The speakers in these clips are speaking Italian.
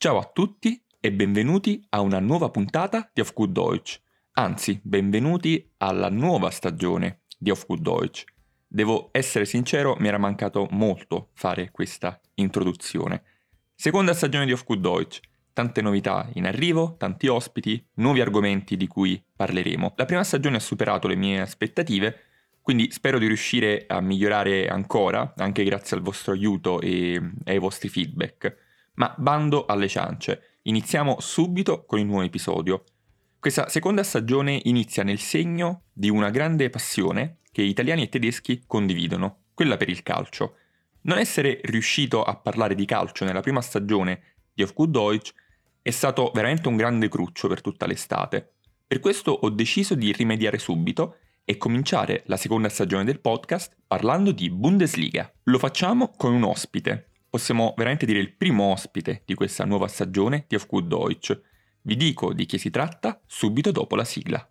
Ciao a tutti e benvenuti a una nuova puntata di Auf Gut Deutsch. Anzi, benvenuti alla nuova stagione di Auf Gut Deutsch. Devo essere sincero, mi era mancato molto fare questa introduzione. Seconda stagione di Auf Gut Deutsch. Tante novità in arrivo, tanti ospiti, nuovi argomenti di cui parleremo. La prima stagione ha superato le mie aspettative, quindi spero di riuscire a migliorare ancora, anche grazie al vostro aiuto e ai vostri feedback. Ma bando alle ciance, iniziamo subito con il nuovo episodio. Questa seconda stagione inizia nel segno di una grande passione che italiani e tedeschi condividono, quella per il calcio. Non essere riuscito a parlare di calcio nella prima stagione di Auf Gut Deutsch è stato veramente un grande cruccio per tutta l'estate. Per questo ho deciso di rimediare subito e cominciare la seconda stagione del podcast parlando di Bundesliga. Lo facciamo con un ospite. Possiamo veramente dire il primo ospite di questa nuova stagione di Auf Gut Deutsch. Vi dico di chi si tratta subito dopo la sigla.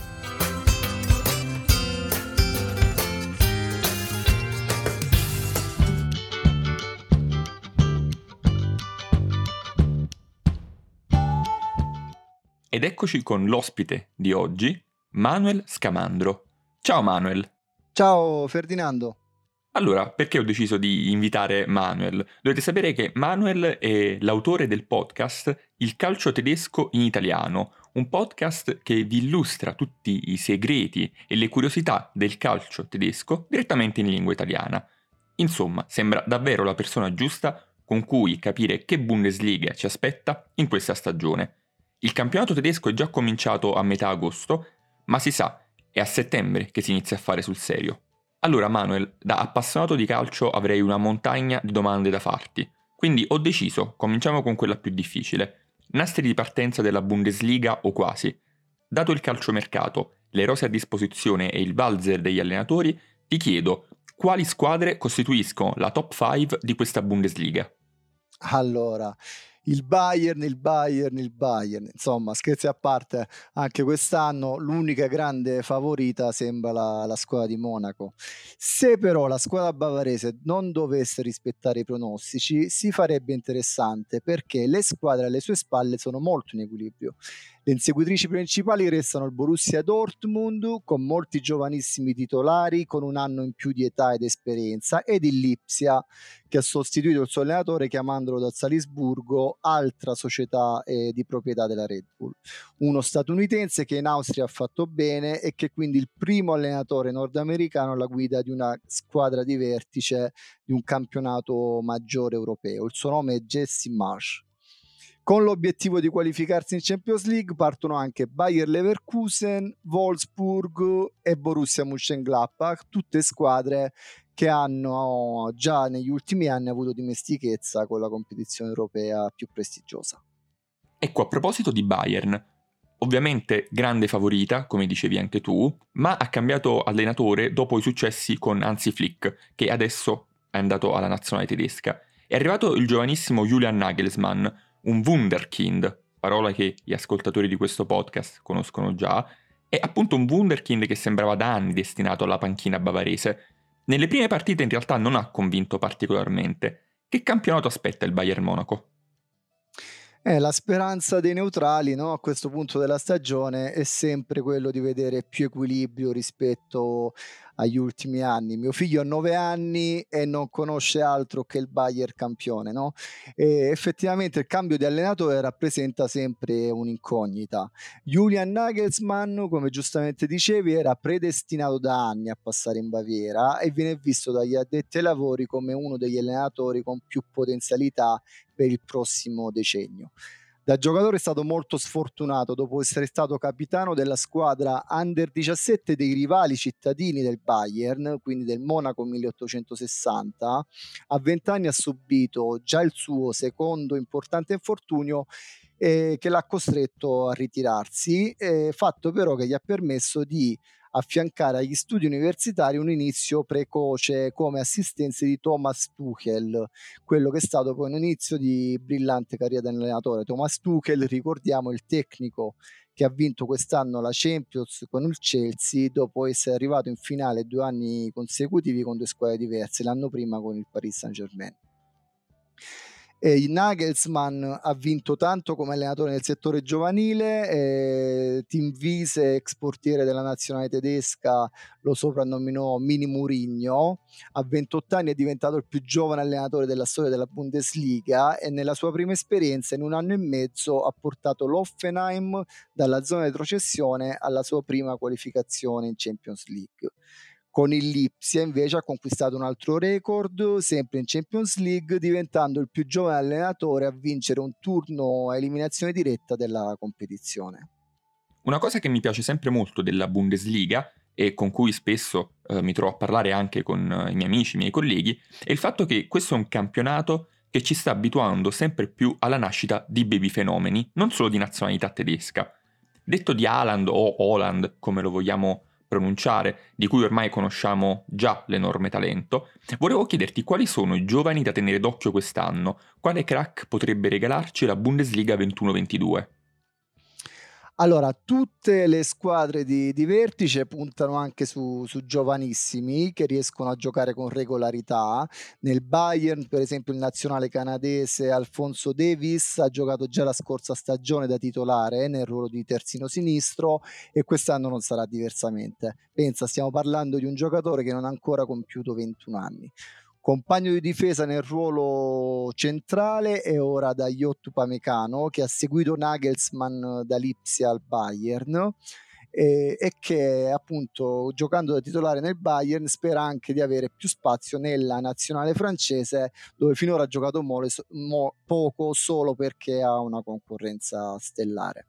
Ed eccoci con l'ospite di oggi, Manuel Scamandro. Ciao Manuel! Ciao Ferdinando! Allora, perché ho deciso di invitare Manuel? Dovete sapere che Manuel è l'autore del podcast Il calcio tedesco in italiano, un podcast che vi illustra tutti i segreti e le curiosità del calcio tedesco direttamente in lingua italiana. Insomma, sembra davvero la persona giusta con cui capire che Bundesliga ci aspetta in questa stagione. Il campionato tedesco è già cominciato a metà agosto, ma si sa, è a settembre che si inizia a fare sul serio. Allora Manuel, da appassionato di calcio avrei una montagna di domande da farti, quindi ho deciso, cominciamo con quella più difficile. Nastri di partenza della Bundesliga o quasi. Dato il calciomercato, le rose a disposizione e il valzer degli allenatori, ti chiedo quali squadre costituiscono la top 5 di questa Bundesliga? Allora, il Bayern, insomma, scherzi a parte, anche quest'anno l'unica grande favorita sembra la squadra di Monaco. Se però la squadra bavarese non dovesse rispettare i pronostici, si farebbe interessante perché le squadre alle sue spalle sono molto in equilibrio. Le inseguitrici principali restano il Borussia Dortmund, con molti giovanissimi titolari, con un anno in più di età ed esperienza, ed il Lipsia, che ha sostituito il suo allenatore chiamandolo da Salisburgo, altra società di proprietà della Red Bull. Uno statunitense che in Austria ha fatto bene e che è quindi il primo allenatore nordamericano alla guida di una squadra di vertice di un campionato maggiore europeo. Il suo nome è Jesse Marsh. Con l'obiettivo di qualificarsi in Champions League partono anche Bayer Leverkusen, Wolfsburg e Borussia Mönchengladbach, tutte squadre che hanno già negli ultimi anni avuto dimestichezza con la competizione europea più prestigiosa. Ecco, a proposito di Bayern, ovviamente grande favorita, come dicevi anche tu, ma ha cambiato allenatore dopo i successi con Hansi Flick, che adesso è andato alla nazionale tedesca. È arrivato il giovanissimo Julian Nagelsmann, un Wunderkind, parola che gli ascoltatori di questo podcast conoscono già, è appunto un Wunderkind che sembrava da anni destinato alla panchina bavarese. Nelle prime partite in realtà non ha convinto particolarmente. Che campionato aspetta il Bayern Monaco? La speranza dei neutrali, no, a questo punto della stagione è sempre quello di vedere più equilibrio rispetto agli ultimi anni. Mio figlio ha 9 anni e non conosce altro che il Bayern campione, no? E effettivamente il cambio di allenatore rappresenta sempre un'incognita. Julian Nagelsmann, come giustamente dicevi, era predestinato da anni a passare in Baviera e viene visto dagli addetti ai lavori come uno degli allenatori con più potenzialità per il prossimo decennio. Da giocatore è stato molto sfortunato dopo essere stato capitano della squadra Under 17 dei rivali cittadini del Bayern, quindi del Monaco 1860. A 20 anni ha subito già il suo secondo importante infortunio che l'ha costretto a ritirarsi, fatto però che gli ha permesso di affiancare agli studi universitari un inizio precoce come assistente di Thomas Tuchel, quello che è stato poi un inizio di brillante carriera da allenatore. Thomas Tuchel, ricordiamo, il tecnico che ha vinto quest'anno la Champions con il Chelsea dopo essere arrivato in finale 2 anni consecutivi con 2 squadre diverse, l'anno prima con il Paris Saint-Germain. Nagelsmann ha vinto tanto come allenatore nel settore giovanile, Tim Wiese, ex portiere della nazionale tedesca, lo soprannominò Mini Mourinho. A 28 anni è diventato il più giovane allenatore della storia della Bundesliga e nella sua prima esperienza, in un anno e mezzo, ha portato l'Hoffenheim dalla zona di retrocessione alla sua prima qualificazione in Champions League. Con il Lipsia invece ha conquistato un altro record, sempre in Champions League, diventando il più giovane allenatore a vincere un turno a eliminazione diretta della competizione. Una cosa che mi piace sempre molto della Bundesliga e con cui spesso mi trovo a parlare anche con i miei amici, i miei colleghi, è il fatto che questo è un campionato che ci sta abituando sempre più alla nascita di baby fenomeni, non solo di nazionalità tedesca. Detto di Haaland o Holland, come lo vogliamo pronunciare, di cui ormai conosciamo già l'enorme talento, volevo chiederti quali sono i giovani da tenere d'occhio quest'anno, quale crack potrebbe regalarci la Bundesliga 21-22? Allora, tutte le squadre di vertice puntano anche su giovanissimi che riescono a giocare con regolarità. Nel Bayern, per esempio, il nazionale canadese Alphonso Davies ha giocato già la scorsa stagione da titolare nel ruolo di terzino sinistro e quest'anno non sarà diversamente. Pensa, stiamo parlando di un giocatore che non ha ancora compiuto 21 anni. Compagno di difesa nel ruolo centrale è ora Dayot Upamecano, che ha seguito Nagelsmann da Lipsia al Bayern e che appunto, giocando da titolare nel Bayern, spera anche di avere più spazio nella nazionale francese, dove finora ha giocato poco solo perché ha una concorrenza stellare.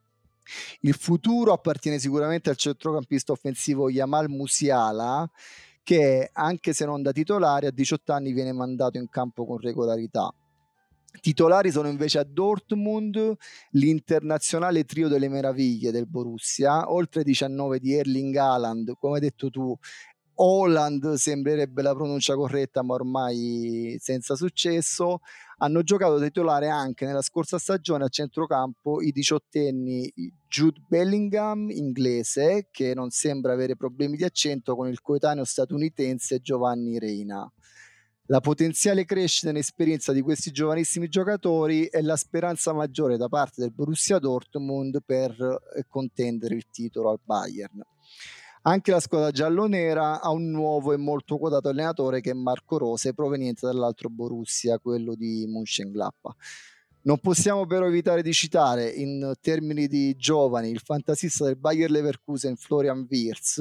Il futuro appartiene sicuramente al centrocampista offensivo Jamal Musiala, che anche se non da titolare a 18 anni viene mandato in campo con regolarità. Titolari sono invece a Dortmund l'internazionale trio delle meraviglie del Borussia, oltre 19 di Erling Haaland, come hai detto tu. Holland sembrerebbe la pronuncia corretta, ma ormai senza successo. Hanno giocato titolare anche nella scorsa stagione a centrocampo i 18enni Jude Bellingham, inglese, che non sembra avere problemi di accento con il coetaneo statunitense Giovanni Reina. La potenziale crescita in esperienza di questi giovanissimi giocatori è la speranza maggiore da parte del Borussia Dortmund per contendere il titolo al Bayern. Anche la squadra giallonera ha un nuovo e molto quotato allenatore, che è Marco Rose, proveniente dall'altro Borussia, quello di Mönchengladbach. Non possiamo però evitare di citare, in termini di giovani, il fantasista del Bayer Leverkusen Florian Wirtz.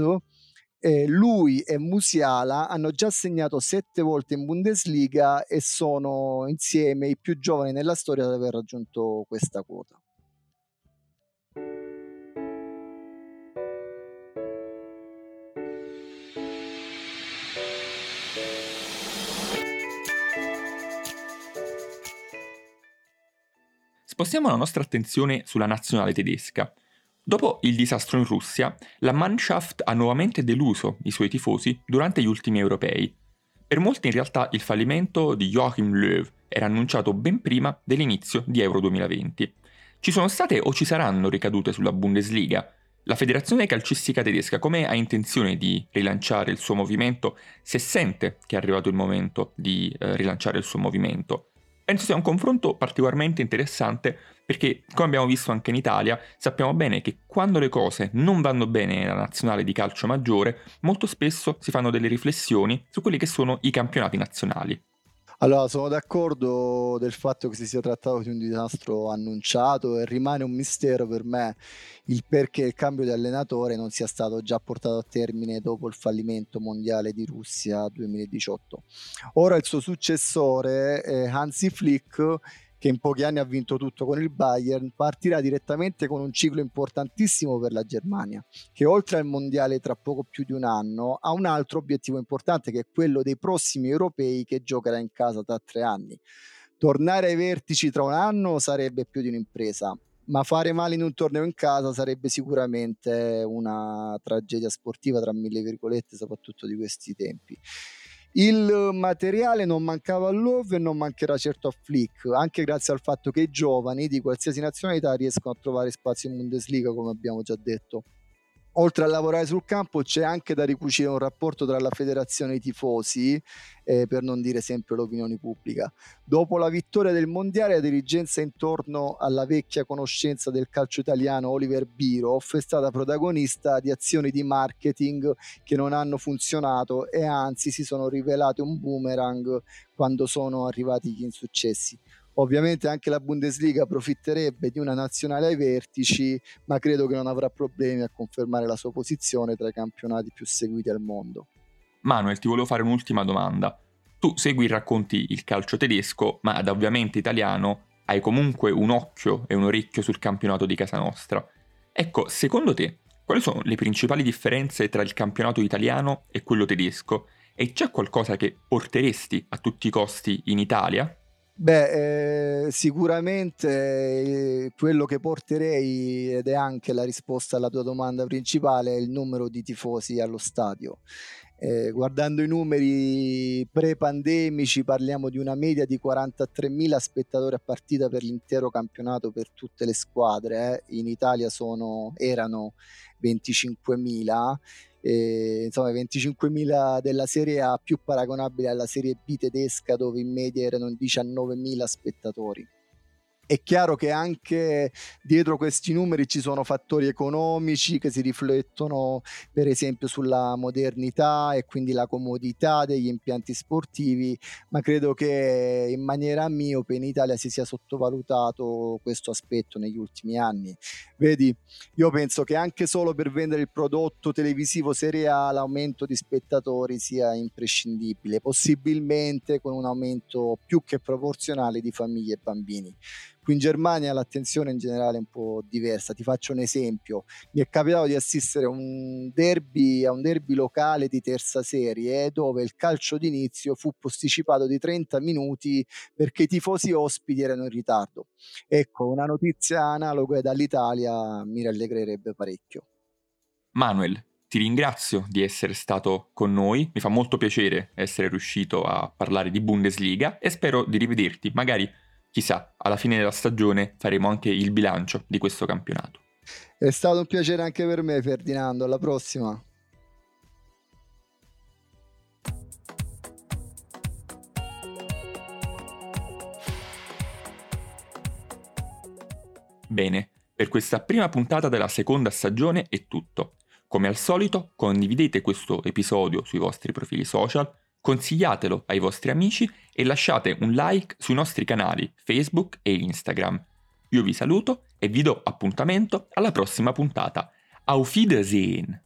Lui e Musiala hanno già segnato 7 volte in Bundesliga e sono insieme i più giovani nella storia ad aver raggiunto questa quota. Spostiamo la nostra attenzione sulla nazionale tedesca. Dopo il disastro in Russia, la Mannschaft ha nuovamente deluso i suoi tifosi durante gli ultimi europei. Per molti in realtà il fallimento di Joachim Löw era annunciato ben prima dell'inizio di Euro 2020. Ci sono state o ci saranno ricadute sulla Bundesliga? La federazione calcistica tedesca come ha intenzione di rilanciare il suo movimento, se sente che è arrivato il momento di rilanciare il suo movimento? Penso sia un confronto particolarmente interessante perché, come abbiamo visto anche in Italia, sappiamo bene che quando le cose non vanno bene nella nazionale di calcio maggiore, molto spesso si fanno delle riflessioni su quelli che sono i campionati nazionali. Allora, sono d'accordo del fatto che si sia trattato di un disastro annunciato e rimane un mistero per me il perché il cambio di allenatore non sia stato già portato a termine dopo il fallimento mondiale di Russia 2018. Ora il suo successore, Hansi Flick, che in pochi anni ha vinto tutto con il Bayern, partirà direttamente con un ciclo importantissimo per la Germania, che oltre al mondiale tra poco più di un anno ha un altro obiettivo importante, che è quello dei prossimi europei, che giocherà in casa tra 3 anni. Tornare ai vertici tra un anno sarebbe più di un'impresa, ma fare male in un torneo in casa sarebbe sicuramente una tragedia sportiva, tra mille virgolette, soprattutto di questi tempi. Il materiale non mancava a Love e non mancherà certo a Flick, anche grazie al fatto che i giovani di qualsiasi nazionalità riescono a trovare spazio in Bundesliga, come abbiamo già detto. oltre a lavorare sul campo c'è anche da ricucire un rapporto tra la federazione e i tifosi, per non dire sempre l'opinione pubblica. Dopo la vittoria del mondiale, la dirigenza intorno alla vecchia conoscenza del calcio italiano Oliver Bierhoff è stata protagonista di azioni di marketing che non hanno funzionato e anzi si sono rivelate un boomerang quando sono arrivati gli insuccessi. Ovviamente anche la Bundesliga approfitterebbe di una nazionale ai vertici, ma credo che non avrà problemi a confermare la sua posizione tra i campionati più seguiti al mondo. Manuel, ti volevo fare un'ultima domanda. Tu segui e racconti il calcio tedesco, ma da ovviamente italiano hai comunque un occhio e un orecchio sul campionato di casa nostra. Ecco, secondo te, quali sono le principali differenze tra il campionato italiano e quello tedesco? E c'è qualcosa che porteresti a tutti i costi in Italia? Sicuramente quello che porterei, ed è anche la risposta alla tua domanda principale, è il numero di tifosi allo stadio. Guardando i numeri pre-pandemici parliamo di una media di 43.000 spettatori a partita per l'intero campionato per tutte le squadre, in Italia erano 25.000. Insomma, 25.000 della Serie A, più paragonabile alla Serie B tedesca dove in media erano 19.000 spettatori. È chiaro che anche dietro questi numeri ci sono fattori economici che si riflettono per esempio sulla modernità e quindi la comodità degli impianti sportivi, ma credo che in maniera miope in Italia si sia sottovalutato questo aspetto negli ultimi anni. Vedi, io penso che anche solo per vendere il prodotto televisivo Serie A l'aumento di spettatori sia imprescindibile, possibilmente con un aumento più che proporzionale di famiglie e bambini. Qui in Germania l'attenzione in generale è un po' diversa. Ti faccio un esempio: mi è capitato di assistere a un derby locale di terza serie dove il calcio d'inizio fu posticipato di 30 minuti perché i tifosi ospiti erano in ritardo. Ecco, una notizia analoga dall'Italia mi rallegrerebbe parecchio. Manuel, ti ringrazio di essere stato con noi, mi fa molto piacere essere riuscito a parlare di Bundesliga e spero di rivederti, magari, chissà, alla fine della stagione faremo anche il bilancio di questo campionato. È stato un piacere anche per me, Ferdinando, alla prossima. Bene, per questa prima puntata della seconda stagione è tutto. Come al solito, condividete questo episodio sui vostri profili social, consigliatelo ai vostri amici e lasciate un like sui nostri canali Facebook e Instagram. Io vi saluto e vi do appuntamento alla prossima puntata. Auf Wiedersehen!